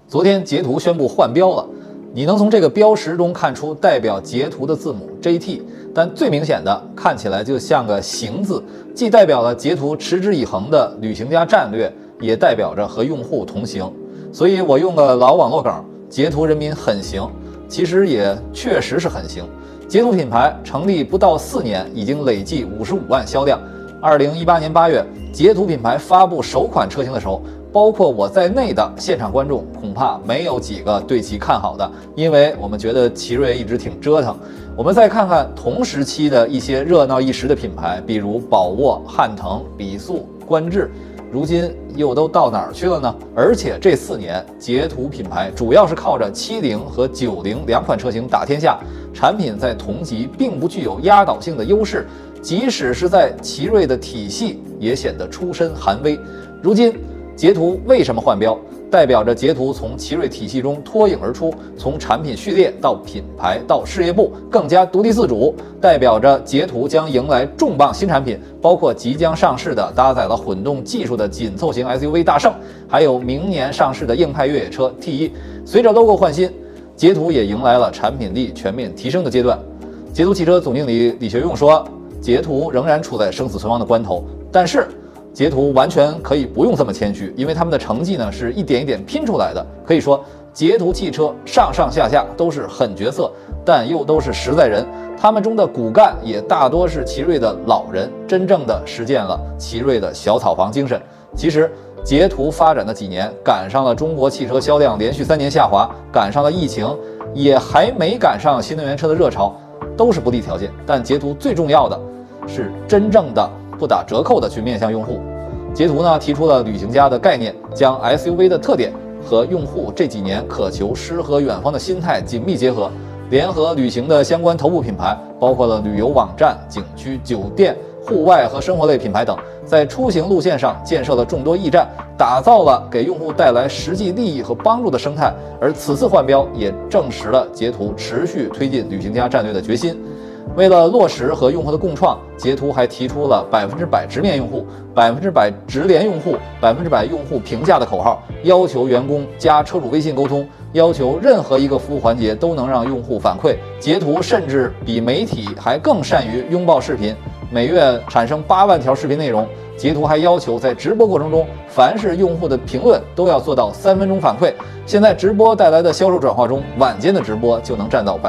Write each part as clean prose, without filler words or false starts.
昨天捷途宣布换标了，你能从这个标识中看出代表捷途的字母 JT， 但最明显的看起来就像个行字，既代表了捷途持之以恒的旅行家战略，也代表着和用户同行。所以我用个老网络梗，捷途人民很行，其实也确实是很行。捷途品牌成立不到4年，已经累计55万销量。2018年8月，捷途品牌发布首款车型的时候，包括我在内的现场观众恐怕没有几个对其看好的，因为我们觉得奇瑞一直挺折腾。我们再看看同时期的一些热闹一时的品牌，比如宝沃、汉腾、比速、观致，如今又都到哪儿去了呢？而且这4年，捷途品牌主要是靠着70和90两款车型打天下，产品在同级并不具有压倒性的优势，即使是在奇瑞的体系也显得出身寒微。如今捷途为什么换标？代表着捷途从奇瑞体系中脱颖而出，从产品序列到品牌到事业部更加独立自主，代表着捷途将迎来重磅新产品，包括即将上市的搭载了混动技术的紧凑型 SUV 大圣，还有明年上市的硬派越野车 T1。随着 logo 换新，捷途也迎来了产品力全面提升的阶段。捷途汽车总经理李学用说，捷途仍然处在生死存亡的关头，但是捷途完全可以不用这么谦虚，因为他们的成绩呢是一点一点拼出来的。可以说，捷途汽车上上下下都是狠角色，但又都是实在人。他们中的骨干也大多是奇瑞的老人，真正的实践了奇瑞的小草房精神。其实，捷途发展的几年，赶上了中国汽车销量连续3年下滑，赶上了疫情，也还没赶上新能源车的热潮，都是不利条件。但捷途最重要的是真正的不打折扣的去面向用户。捷途呢提出了旅行家的概念，将 SUV 的特点和用户这几年渴求诗和远方的心态紧密结合，联合旅行的相关头部品牌，包括了旅游网站、景区、酒店、户外和生活类品牌等，在出行路线上建设了众多驿站，打造了给用户带来实际利益和帮助的生态。而此次换标也证实了捷途持续推进旅行家战略的决心。为了落实和用户的共创，捷途还提出了100%直面用户、100%直连用户、100%用户评价的口号，要求员工加车主微信沟通，要求任何一个服务环节都能让用户反馈。捷途甚至比媒体还更善于拥抱视频，每月产生8万条视频内容。捷途还要求在直播过程中，凡是用户的评论都要做到3分钟反馈。现在直播带来的销售转化中，晚间的直播就能占到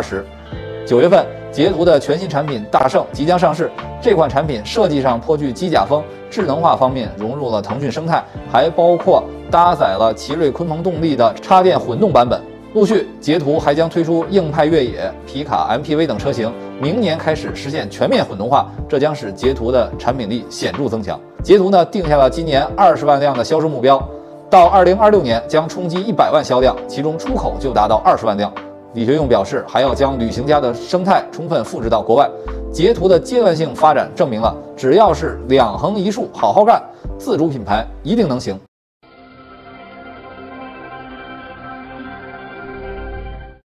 20%。9月份，捷途的全新产品大圣即将上市。这款产品设计上颇具机甲风，智能化方面融入了腾讯生态，还包括搭载了奇瑞鲲鹏动力的插电混动版本。陆续，捷途还将推出硬派越野、皮卡 MPV 等车型，明年开始实现全面混动化，这将使捷途的产品力显著增强。捷途呢定下了今年20万辆的销售目标，到2026年将冲击100万销量，其中出口就达到20万辆。李学用表示，还要将旅行家的生态充分复制到国外。捷途的阶段性发展证明了，只要是2横1竖好好干，自主品牌一定能行。